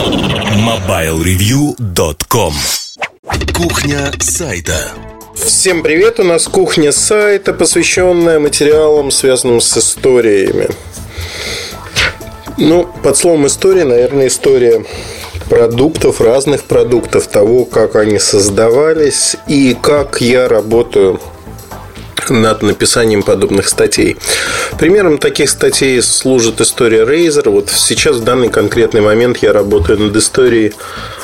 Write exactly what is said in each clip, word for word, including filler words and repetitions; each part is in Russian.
мобайл ревью точка ком. Кухня сайта. Всем привет, у нас кухня сайта, посвященная материалам, связанным с историями. Ну, под словом история, наверное, история продуктов, разных продуктов, того, как они создавались и как я работаю над написанием подобных статей. Примером таких статей служит история Razer. Вот сейчас, в данный конкретный момент, я работаю над историей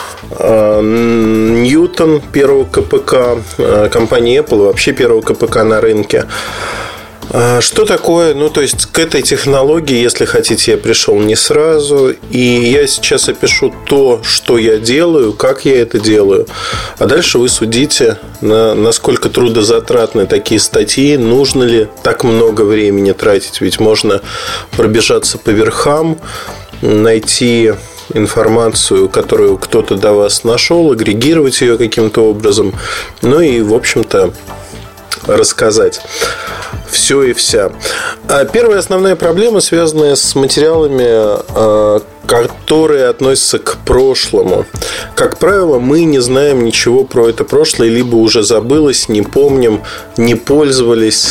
Ньютон, первого КПК компании Apple, вообще первого КПК на рынке. Что такое? Ну, то есть, к этой технологии, если хотите, я пришел не сразу. И я сейчас опишу то, что я делаю, как я это делаю. А дальше вы судите, на, насколько трудозатратны такие статьи, нужно ли так много времени тратить. Ведь можно пробежаться по верхам, найти информацию, которую кто-то до вас нашел, агрегировать ее каким-то образом. Ну и, в общем-то, рассказать все и вся. Первая основная проблема, связанная с материалами, которые относятся к прошлому. Как правило, мы не знаем ничего про это прошлое, либо уже забылось, не помним, не пользовались.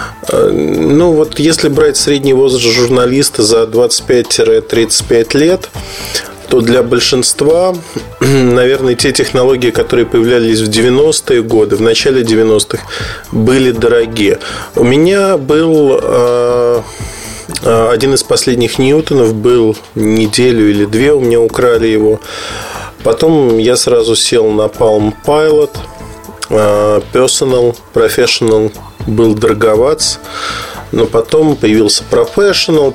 Ну вот, если брать средний возраст журналиста за двадцать пять - тридцать пять лет, то для большинства, наверное, те технологии, которые появлялись в девяностые годы, в начале девяностых, были дорогие. У меня был э, один из последних Ньютонов, был неделю или две, у меня украли его. Потом я сразу сел на Palm Pilot, э, Personal, Professional был дороговат. Но потом появился Professional,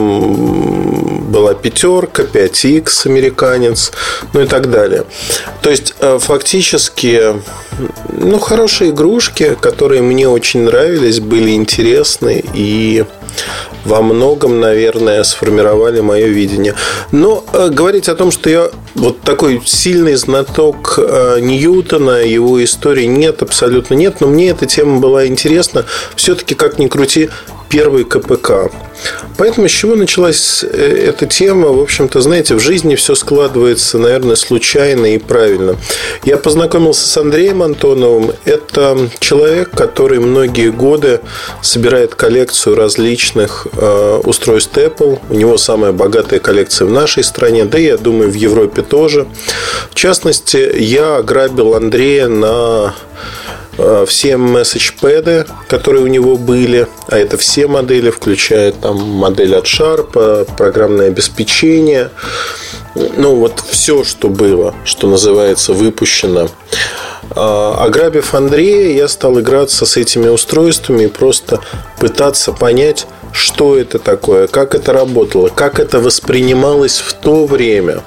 потом была пятерка, пять икс американец, ну и так далее. То есть, фактически, ну, хорошие игрушки, которые мне очень нравились, были интересны и во многом, наверное, сформировали мое видение. Но э, говорить о том, что я вот такой сильный знаток э, Ньютона, его истории, нет, абсолютно нет. Но мне эта тема была интересна. Все-таки, как ни крути, первый КПК. Поэтому с чего началась эта тема? В общем-то, знаете, в жизни все складывается, наверное, случайно и правильно. Я познакомился с Андреем Антоновым. Это человек, который многие годы собирает коллекцию различных э, устройств Apple. У него самая богатая коллекция в нашей стране, да и, я думаю, в Европе тоже. В частности, я ограбил Андрея на все месседж-пэды, которые у него были, а это все модели, включая там модель от Sharp, программное обеспечение, ну вот все, что было, что называется, выпущено. Ограбив Андрея, я стал играться с этими устройствами и просто пытаться понять, что это такое, как это работало, как это воспринималось в то время.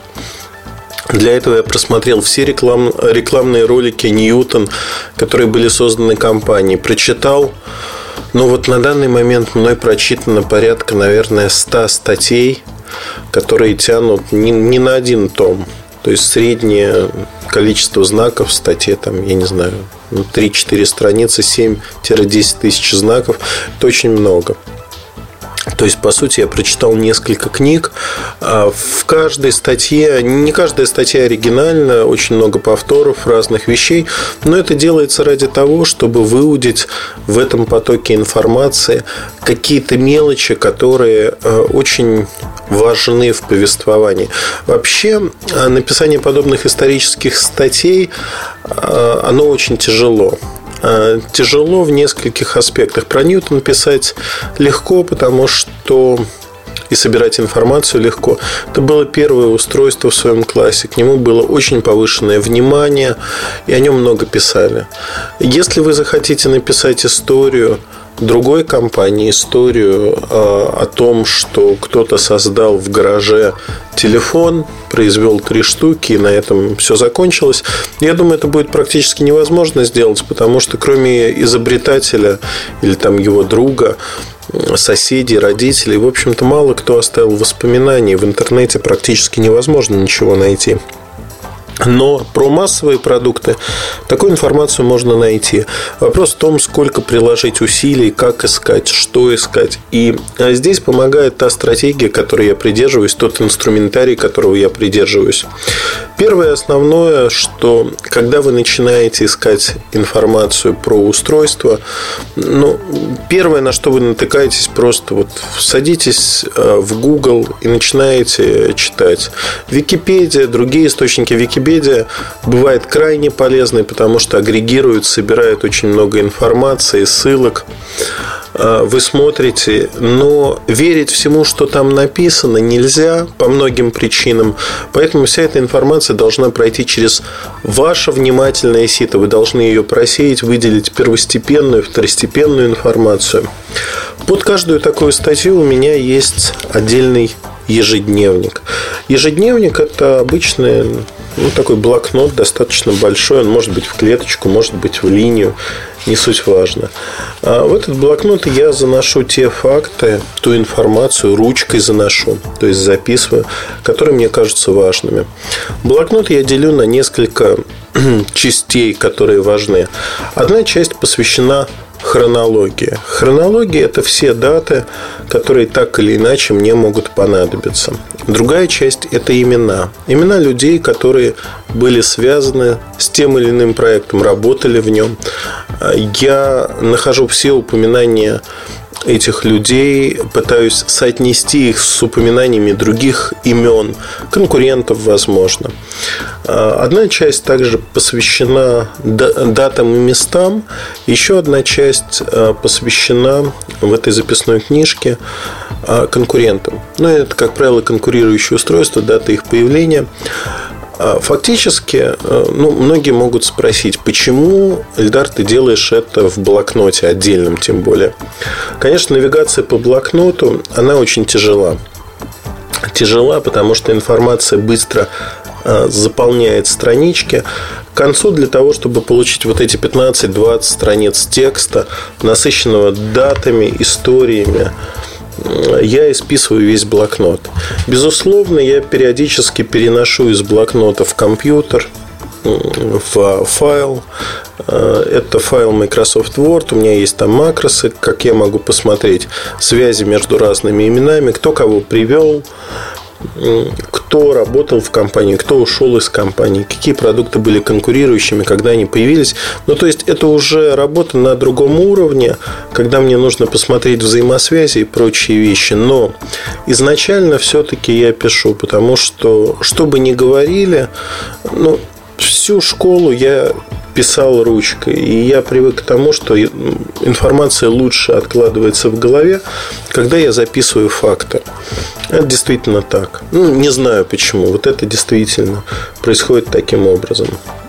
Для этого я просмотрел все реклам, рекламные ролики Ньютон, которые были созданы компанией. Прочитал, ну вот на данный момент мной прочитано порядка, наверное, ста статей, которые тянут не, не на один том. То есть среднее количество знаков в статье, там, я не знаю, три-четыре страницы, семь-десять тысяч знаков. Это очень много. То есть, по сути, я прочитал несколько книг. В каждой статье, не каждая статья оригинальна, очень много повторов разных вещей, но это делается ради того, чтобы выудить в этом потоке информации какие-то мелочи, которые очень важны в повествовании. Вообще, написание подобных исторических статей, оно очень тяжело. Тяжело в нескольких аспектах. Про Ньютона писать легко, потому что и собирать информацию легко. Это было первое устройство в своем классе. К нему было очень повышенное внимание, и о нем много писали. Если вы захотите написать историю другой компании, историю э, о том, что кто-то создал в гараже телефон, произвел три штуки, и на этом все закончилось, я думаю, это будет практически невозможно сделать, потому что кроме изобретателя или там его друга, соседей, родителей, в общем-то, мало кто оставил воспоминаний. В интернете практически невозможно ничего найти. Но про массовые продукты такую информацию можно найти. Вопрос в том, сколько приложить усилий, как искать, что искать. И здесь помогает та стратегия, которой я придерживаюсь, тот инструментарий, которого я придерживаюсь. Первое основное, что когда вы начинаете искать информацию про устройство, ну, первое, на что вы натыкаетесь, просто вот садитесь в Google и начинаете читать. Википедия, другие источники. Википедия бывает крайне полезной, потому что агрегирует, собирает очень много информации, ссылок. Вы смотрите, но верить всему, что там написано, нельзя по многим причинам. Поэтому вся эта информация должна пройти через ваше внимательное сито. Вы должны ее просеять, выделить первостепенную, второстепенную информацию. Под каждую такую статью у меня есть отдельный ежедневник. Ежедневник – это обычный, ну, такой блокнот, достаточно большой. Он может быть в клеточку, может быть в линию. Не суть важно. А в этот блокнот я заношу те факты, ту информацию, ручкой заношу, то есть записываю, которые мне кажутся важными. Блокнот я делю на несколько частей, которые важны. Одна часть посвящена хронологии. Хронология – это все даты, которые так или иначе мне могут понадобиться. Другая часть – это имена. Имена людей, которые были связаны с тем или иным проектом, работали в нем. Я нахожу все упоминания этих людей, пытаюсь соотнести их с упоминаниями других имен, конкурентов, возможно. Одна часть также посвящена датам и местам. Еще одна часть посвящена в этой записной книжке конкурентам. Ну, это, как правило, конкурирующие устройства, дата их появления. Фактически, ну, многие могут спросить, почему, Эльдар, ты делаешь это в блокноте отдельном, тем более. Конечно, навигация по блокноту, она очень тяжела. Тяжела, потому что информация быстро заполняет странички. К концу, для того, чтобы получить вот эти пятнадцать-двадцать страниц текста, насыщенного датами, историями, я исписываю весь блокнот. Безусловно, я периодически переношу из блокнота в компьютер, в файл. Это файл Microsoft Word. У меня есть там макросы, как я могу посмотреть связи между разными именами, кто кого привел, кто работал в компании, кто ушел из компании, какие продукты были конкурирующими, когда они появились. Ну, то есть, это уже работа на другом уровне, когда мне нужно посмотреть взаимосвязи и прочие вещи. Но изначально все-таки я пишу, потому что, что бы ни говорили, ну, всю школу я писал ручкой. И я привык к тому, что информация лучше откладывается в голове, когда я записываю факты. Это действительно так. Ну, не знаю почему. Вот это действительно происходит таким образом.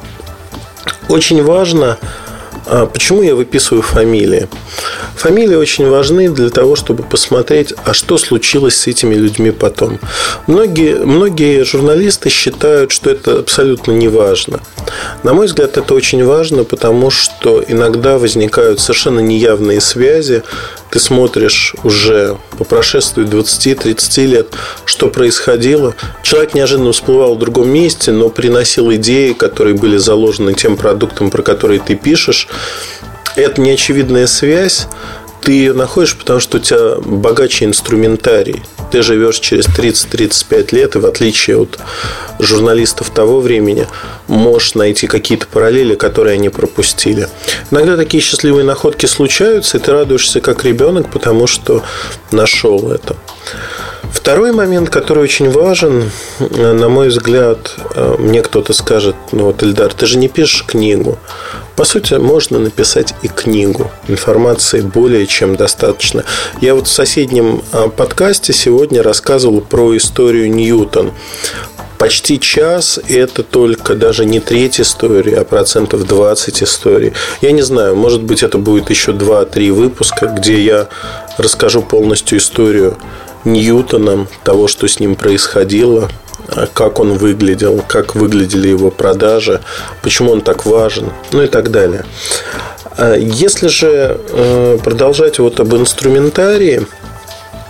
Очень важно, почему я выписываю фамилии. Фамилии очень важны для того, чтобы посмотреть, а что случилось с этими людьми потом. Многие, многие журналисты считают, что это абсолютно не важно. На мой взгляд, это очень важно, потому что иногда возникают совершенно неявные связи. Ты смотришь уже по прошествии двадцати-тридцати лет, что происходило. Человек неожиданно всплывал в другом месте, но приносил идеи, которые были заложены тем продуктом, про который ты пишешь. Это неочевидная связь. Ты ее находишь, потому что у тебя богаче инструментарий. Ты живешь через тридцать-тридцать пять лет, и в отличие от журналистов того времени, можешь найти какие-то параллели, которые они пропустили. Иногда такие счастливые находки случаются, и ты радуешься как ребенок, потому что нашел это. Второй момент, который очень важен, на мой взгляд, мне кто-то скажет: ну вот, Эльдар, ты же не пишешь книгу. По сути, можно написать и книгу. Информации более чем достаточно. Я вот в соседнем подкасте сегодня рассказывал про историю Ньютон. Почти час, и это только даже не треть истории, а процентов двадцать истории. Я не знаю, может быть, это будет еще два-три выпуска, где я расскажу полностью историю Ньютона, того, что с ним происходило, как он выглядел, как выглядели его продажи, почему он так важен, ну и так далее. Если же продолжать вот об инструментарии,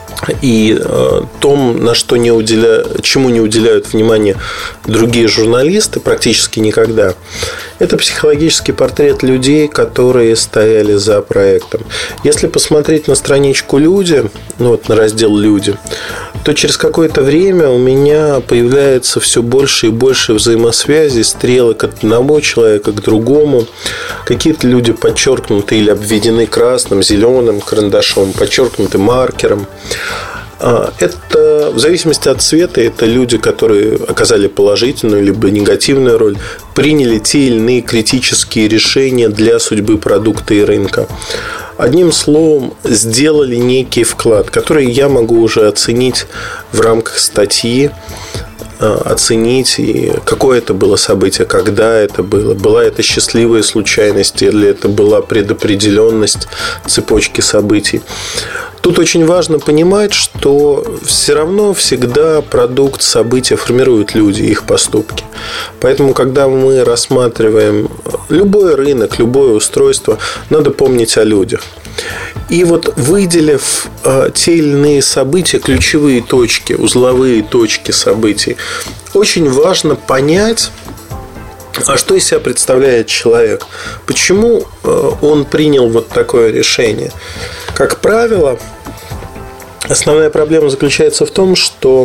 и э, том, на что не уделя... чему не уделяют внимания другие журналисты практически никогда, это психологический портрет людей, которые стояли за проектом. Если посмотреть на страничку «Люди», ну вот на раздел «Люди», то через какое-то время у меня появляется все больше и больше взаимосвязи, стрелок от одного человека к другому. Какие-то люди подчеркнуты или обведены красным, зеленым карандашом, подчеркнуты маркером. Это в зависимости от цвета, это люди, которые оказали положительную либо негативную роль, приняли те или иные критические решения для судьбы продукта и рынка. Одним словом, сделали некий вклад, который я могу уже оценить в рамках статьи, оценить, и какое это было событие, когда это было, была это счастливая случайность или это была предопределенность цепочки событий. Тут очень важно понимать, что все равно всегда продукт, события формируют люди, их поступки. Поэтому, когда мы рассматриваем любой рынок, любое устройство, надо помнить о людях. И вот выделив э, те или иные события, ключевые точки, узловые точки событий, очень важно понять, а что из себя представляет человек, почему э, он принял вот такое решение. Как правило, основная проблема заключается в том, что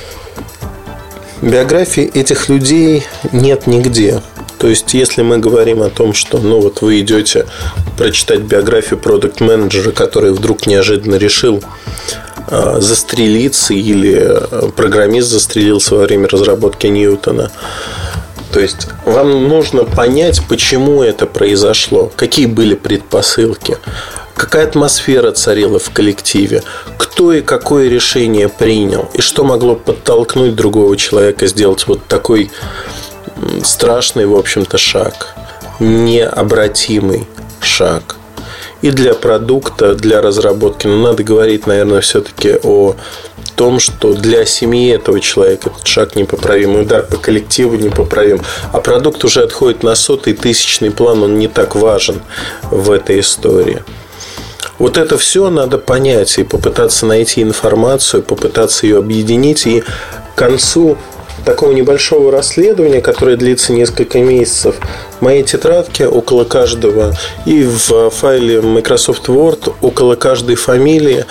биографии этих людей нет нигде. То есть, если мы говорим о том, что ну вот вы идете прочитать биографию продакт-менеджера, который вдруг неожиданно решил э, застрелиться, или программист застрелился во время разработки Ньютона. То есть, вам нужно понять, почему это произошло, какие были предпосылки, какая атмосфера царила в коллективе, кто и какое решение принял, и что могло подтолкнуть другого человека сделать вот такой страшный, в общем-то, шаг, необратимый шаг. И для продукта, для разработки, ну, надо говорить, наверное, все-таки о том, что для семьи этого человека этот шаг непоправимый, удар по коллективу непоправим, а продукт уже отходит на сотый, тысячный план, он не так важен в этой истории. Вот это все надо понять и попытаться найти информацию, попытаться ее объединить, и к концу такого небольшого расследования, которое длится несколько месяцев, в моей тетрадке около каждого и в файле Microsoft Word около каждой фамилии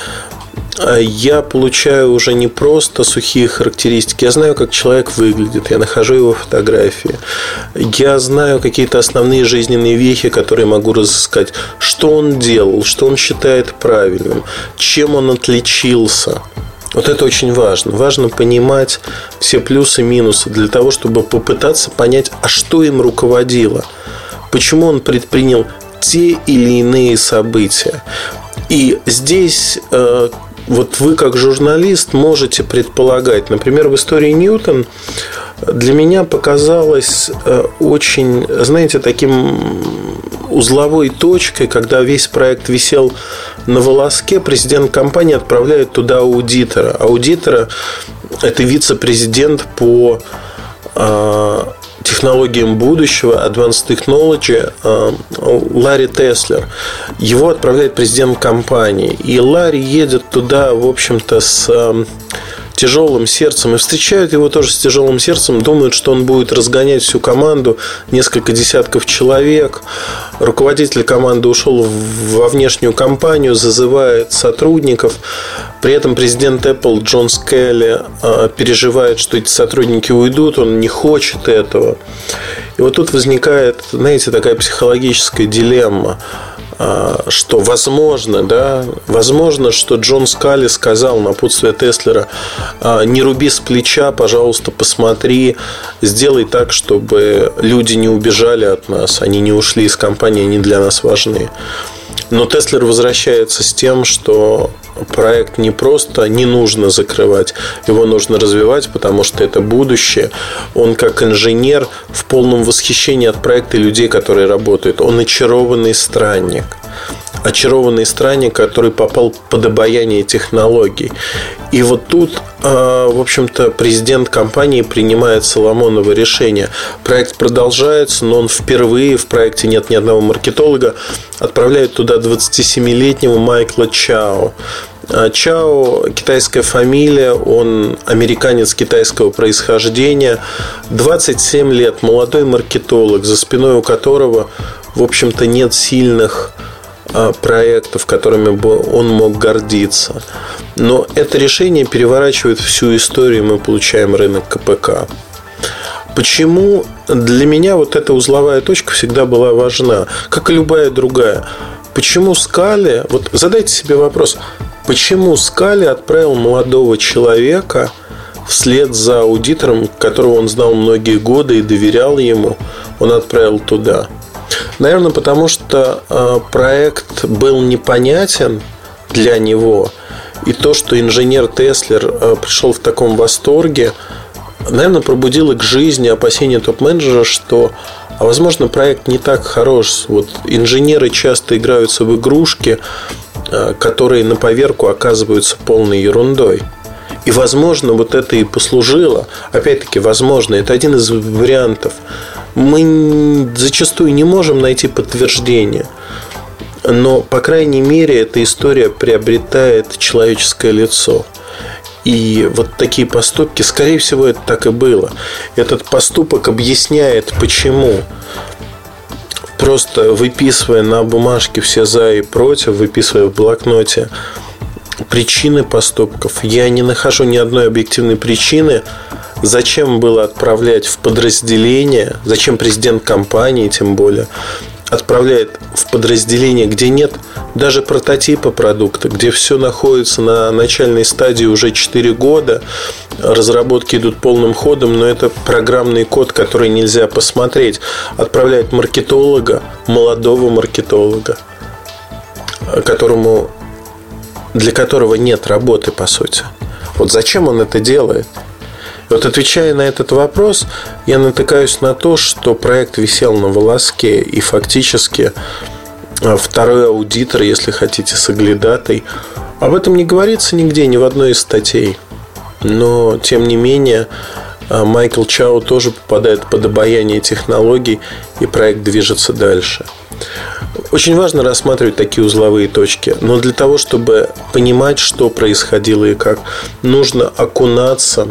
я получаю уже не просто сухие характеристики. Я знаю, как человек выглядит. Я нахожу его фотографии. Я знаю какие-то основные жизненные вехи, которые могу разыскать. Что он делал, что он считает правильным, чем он отличился. Вот это очень важно. Важно понимать все плюсы и минусы для того, чтобы попытаться понять, а что им руководило, почему он предпринял те или иные события. И здесь э, вот вы, как журналист, можете предполагать. Например, в истории Ньютон для меня показалось э, очень, знаете, таким узловой точкой, когда весь проект висел на волоске, президент компании отправляет туда аудитора. Аудитора – это вице-президент по э, технологиям будущего, Advanced Technology, э, Ларри Теслер. Его отправляет президент компании. И Ларри едет туда, в общем-то, с э, тяжелым сердцем, и встречают его тоже с тяжелым сердцем, думают, что он будет разгонять всю команду, несколько десятков человек. Руководитель команды ушел во внешнюю кампанию, зазывает сотрудников. При этом президент Apple Джон Скелли переживает, что эти сотрудники уйдут, он не хочет этого. И вот тут возникает, знаете, такая психологическая дилемма, что возможно, да, возможно, что Джон Скалли сказал напутствие Теслера: не руби с плеча, пожалуйста, посмотри, сделай так, чтобы люди не убежали от нас, они не ушли из компании, они для нас важны. Но Теслер возвращается с тем, что проект не просто не нужно закрывать, его нужно развивать, потому что это будущее. Он, как инженер, в полном восхищении от проекта и людей, которые работают. Он очарованный странник. Очарованный странник, который попал под обаяние технологий. И вот тут, в общем-то, президент компании принимает Соломоново решение. Проект продолжается, но он впервые, в проекте нет ни одного маркетолога, отправляет туда двадцатисемилетнего Майкла Чао. Чао, китайская фамилия, он американец китайского происхождения, двадцать семь лет, молодой маркетолог, за спиной у которого, в общем-то, нет сильных проектов, которыми бы он мог гордиться. Но это решение переворачивает всю историю, и мы получаем рынок КПК. Почему для меня вот эта узловая точка всегда была важна, как и любая другая? Почему Скали, вот задайте себе вопрос, почему Скали отправил молодого человека вслед за аудитором, которого он знал многие годы и доверял ему, он отправил туда? Наверное, потому что э, проект был непонятен для него. И то, что инженер Теслер э, пришел в таком восторге, наверное, пробудило к жизни опасения топ-менеджера, что, а возможно, проект не так хорош. Вот инженеры часто играются в игрушки, э, которые на поверку оказываются полной ерундой. И, возможно, вот это и послужило. Опять-таки, возможно, это один из вариантов. Мы зачастую не можем найти подтверждение, но, по крайней мере, эта история приобретает человеческое лицо. И вот такие поступки, скорее всего, это так и было. Этот поступок объясняет, почему. Просто выписывая на бумажке все за и против, выписывая в блокноте причины поступков, я не нахожу ни одной объективной причины, зачем было отправлять в подразделение, зачем президент компании, тем более, отправляет в подразделение, где нет даже прототипа продукта, где все находится на начальной стадии уже четыре года, разработки идут полным ходом, но это программный код, который нельзя посмотреть. Отправляет маркетолога, молодого маркетолога, которому, для которого нет работы, по сути. Вот зачем он это делает? Вот, отвечая на этот вопрос, я натыкаюсь на то, что проект висел на волоске, и фактически второй аудитор, если хотите, соглядатай, об этом не говорится нигде, ни в одной из статей. Но, тем не менее, Майкл Чао тоже попадает под обаяние технологий, и проект движется дальше. Очень важно рассматривать такие узловые точки, но для того, чтобы понимать, что происходило и как, нужно окунаться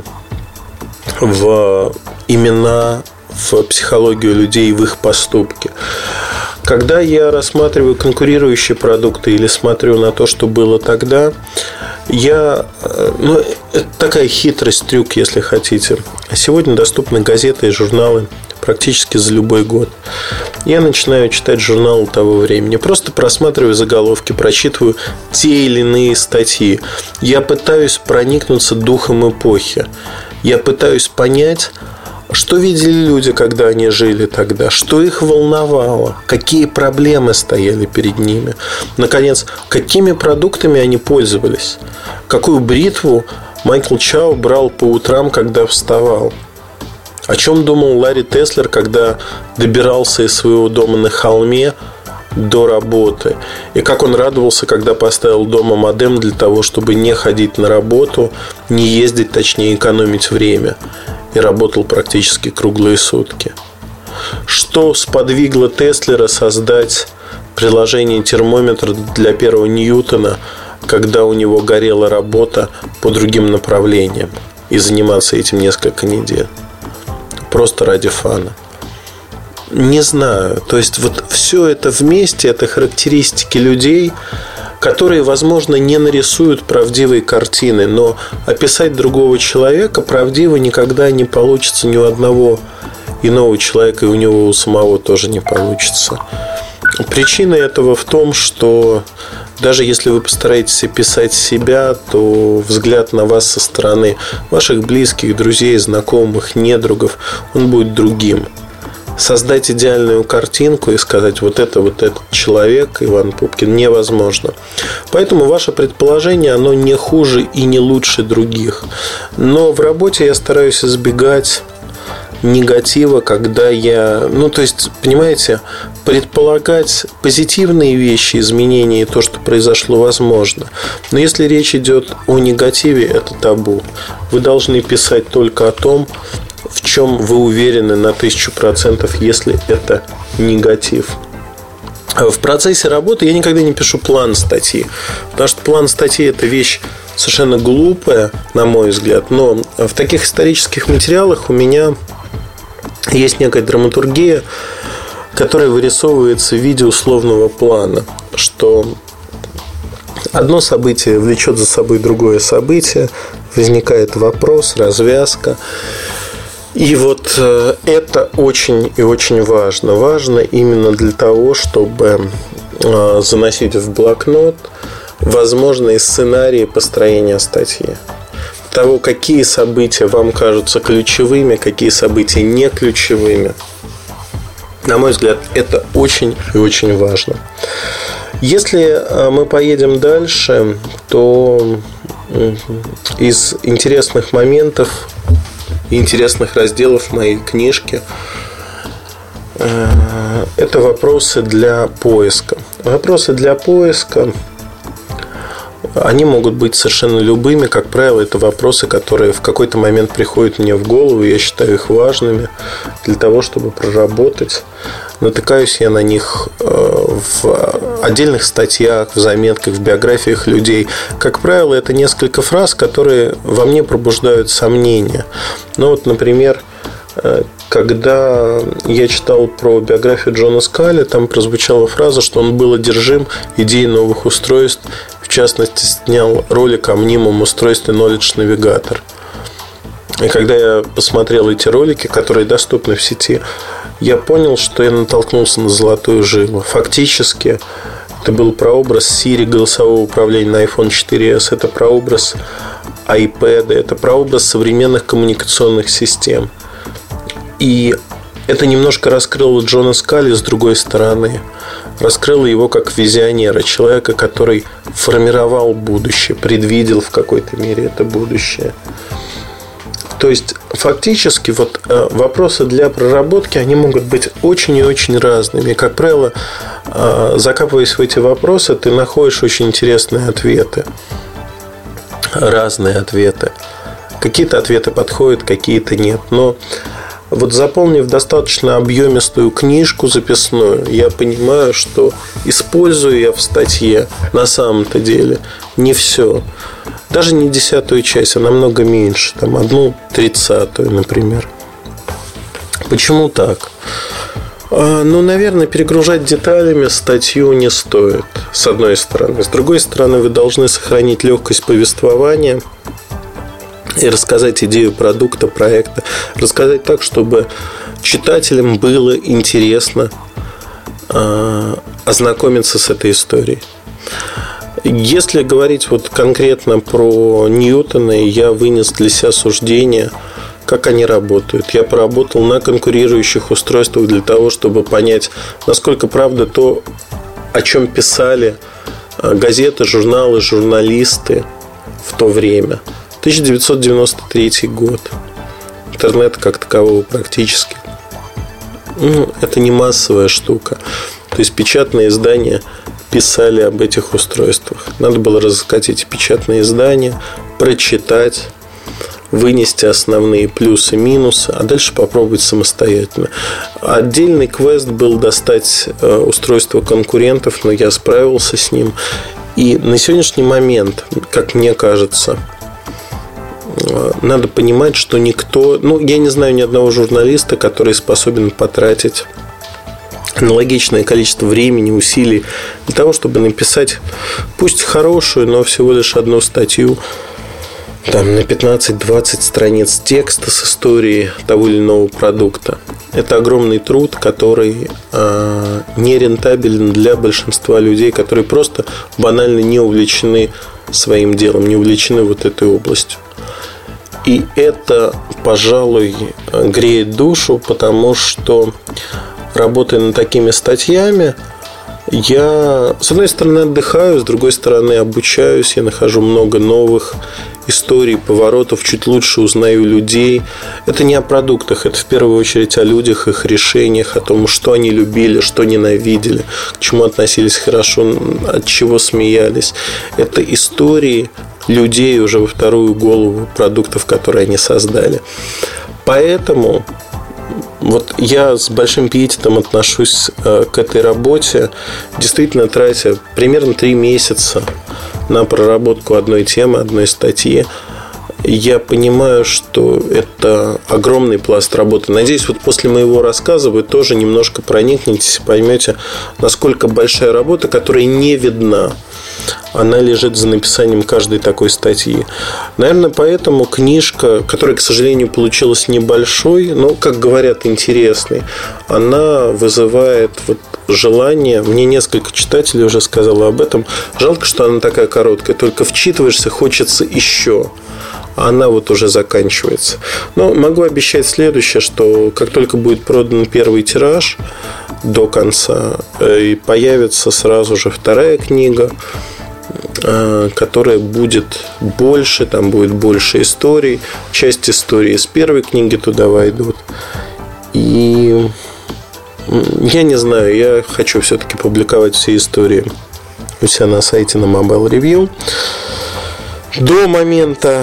в имена, в психологию людей, в их поступки. Когда я рассматриваю конкурирующие продукты или смотрю на то, что было тогда, я, ну, это такая хитрость, трюк, если хотите. Сегодня доступны газеты и журналы практически за любой год. Я начинаю читать журналы того времени, просто просматриваю заголовки, прочитываю те или иные статьи. Я пытаюсь проникнуться духом эпохи. Я пытаюсь понять, что видели люди, когда они жили тогда, что их волновало, какие проблемы стояли перед ними, наконец, какими продуктами они пользовались, какую бритву Майкл Чао брал по утрам, когда вставал, о чем думал Ларри Теслер, когда добирался из своего дома на холме до работы, и как он радовался, когда поставил дома модем для того, чтобы не ходить на работу, не ездить, точнее, экономить время, и работал практически круглые сутки. Что сподвигло Теслера создать приложение термометр для первого Ньютона, когда у него горела работа по другим направлениям, и заниматься этим несколько недель? Просто ради фана. Не знаю. То есть вот все это вместе, это характеристики людей, которые, возможно, не нарисуют правдивой картины, но описать другого человека правдиво никогда не получится ни у одного иного человека, и у него у самого тоже не получится. Причина этого в том, что даже если вы постараетесь описать себя, то взгляд на вас со стороны ваших близких, друзей, знакомых, недругов, он будет другим. Создать идеальную картинку и сказать, вот это вот этот человек, Иван Пупкин, невозможно. Поэтому ваше предположение, оно не хуже и не лучше других. Но в работе я стараюсь избегать негатива, когда я, ну, то есть, понимаете, предполагать позитивные вещи, изменения и то, что произошло, возможно. Но если речь идет о негативе, это табу. Вы должны писать только о том, в чем вы уверены на тысячу процентов, если это негатив. В процессе работы я никогда не пишу план статьи, потому что план статьи – это вещь совершенно глупая, на мой взгляд. Но в таких исторических материалах у меня есть некая драматургия, которая вырисовывается в виде условного плана, что одно событие влечет за собой другое событие, возникает вопрос, развязка. И вот это очень и очень важно. Важно именно для того, чтобы заносить в блокнот возможные сценарии построения статьи. Того, какие события вам кажутся ключевыми, какие события не ключевыми. На мой взгляд, это очень и очень важно. Если мы поедем дальше, то из интересных моментов, интересных разделов моей книжки это вопросы для поиска. Вопросы для поиска, они могут быть совершенно любыми. Как правило, это вопросы, которые в какой-то момент приходят мне в голову. Я считаю их важными для того, чтобы проработать. Натыкаюсь я на них в отдельных статьях, в заметках, в биографиях людей. Как правило, это несколько фраз, которые во мне пробуждают сомнения. Ну вот, например, когда я читал про биографию Джона Скали, там прозвучала фраза, что он был одержим идеей новых устройств. В частности, снял ролик о мнимом устройстве Knowledge Navigator. И когда я посмотрел эти ролики, которые доступны в сети, я понял, что я натолкнулся на золотую жилу. Фактически, это был прообраз Siri голосового управления на айфон четыре эс. Это прообраз iPad. Это прообраз современных коммуникационных систем. И это немножко раскрыло Джона Скали с другой стороны. Раскрыло его как визионера, человека, который формировал будущее, предвидел в какой-то мере это будущее. То есть, фактически, вот, вопросы для проработки, они могут быть очень и очень разными. И, как правило, закапываясь в эти вопросы, ты находишь очень интересные ответы. Разные ответы. Какие-то ответы подходят, какие-то нет. Но вот заполнив достаточно объемистую книжку записную, я понимаю, что использую я в статье на самом-то деле не все. Даже не десятую часть, а намного меньше. Там одну тридцатую, например. Почему так? Ну, наверное, перегружать деталями статью не стоит, с одной стороны. С другой стороны, вы должны сохранить легкость повествования и рассказать идею продукта, проекта. Рассказать так, чтобы читателям было интересно э, ознакомиться с этой историей. Если говорить вот конкретно про Ньютона, я вынес для себя суждение, как они работают. Я поработал на конкурирующих устройствах для того, чтобы понять, насколько правда то, о чем писали газеты, журналы, журналисты в то время. тысяча девятьсот девяносто третий год. Интернета как такового практически. Ну, это не массовая штука. То есть печатные издания писали об этих устройствах. Надо было разыскать эти печатные издания, прочитать, вынести основные плюсы и минусы, а дальше попробовать самостоятельно. Отдельный квест был достать устройство конкурентов, но я справился с ним. И на сегодняшний момент, как мне кажется, надо понимать, что никто... Ну, я не знаю ни одного журналиста, который способен потратить аналогичное количество времени, усилий для того, чтобы написать, пусть хорошую, но всего лишь одну статью там, на пятнадцать-двадцать страниц текста с историей того или иного продукта. Это огромный труд, который э, не рентабелен для большинства людей, которые просто банально не увлечены своим делом, не увлечены вот этой областью. И это, пожалуй, греет душу, потому что, работая над такими статьями, я, с одной стороны, отдыхаю, с другой стороны, обучаюсь, я нахожу много новых историй, поворотов, чуть лучше узнаю людей. Это не о продуктах, это в первую очередь о людях, их решениях, о том, что они любили, что ненавидели, к чему относились хорошо, от чего смеялись. Это истории людей уже во вторую голову продуктов, которые они создали. Поэтому Вот я с большим пиететом отношусь к этой работе, действительно тратя примерно три месяца на проработку одной темы, одной статьи. Я понимаю, что это огромный пласт работы. Надеюсь, вот после моего рассказа вы тоже немножко проникнетесь и поймете, насколько большая работа, которая не видна, она лежит за написанием каждой такой статьи. Наверное, поэтому книжка, которая, к сожалению, получилась небольшой, но, как говорят, интересной, она вызывает вот желание. Мне несколько читателей уже сказало об этом. Жалко, что она такая короткая. Только вчитываешься, хочется еще. А она вот уже заканчивается. Но могу обещать следующее, что как только будет продан первый тираж до конца, и появится сразу же вторая книга, которая будет больше, там будет больше историй. Часть истории из первой книги туда войдут. И я не знаю, я хочу все-таки публиковать все истории у себя на сайте на Mobile Review. До момента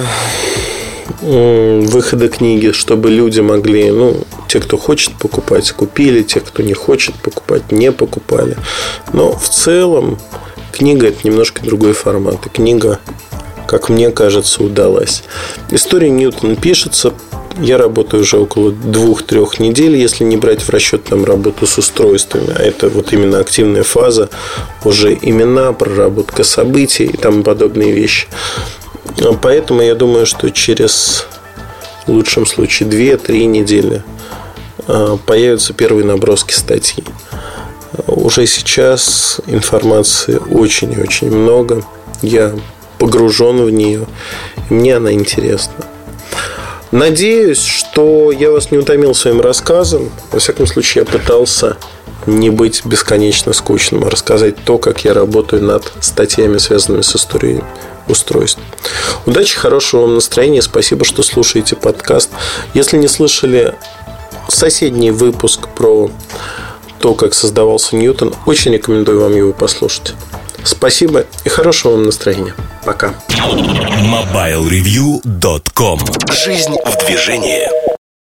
выхода книги, чтобы люди могли, ну, те, кто хочет покупать, купили, те, кто не хочет покупать, не покупали. Но в целом книга – это немножко другой формат. И книга, как мне кажется, удалась. История Ньютона пишется. Я работаю уже около двух-трех недель, если не брать в расчет там работу с устройствами. А это вот именно активная фаза, уже имена, проработка событий и тому подобные вещи. Поэтому я думаю, что через, в лучшем случае, две-три недели появятся первые наброски статьи. Уже сейчас информации очень и очень много. Я погружен в нее, и мне она интересна. Надеюсь, что я вас не утомил своим рассказом. Во всяком случае, я пытался не быть бесконечно скучным, а рассказать то, как я работаю над статьями, связанными с историей устройств. Удачи, хорошего вам настроения. Спасибо, что слушаете подкаст. Если не слышали соседний выпуск про то, как создавался Ньютон, очень рекомендую вам его послушать. Спасибо и хорошего вам настроения. Пока. мобайл ревью точка ком. Жизнь в движении.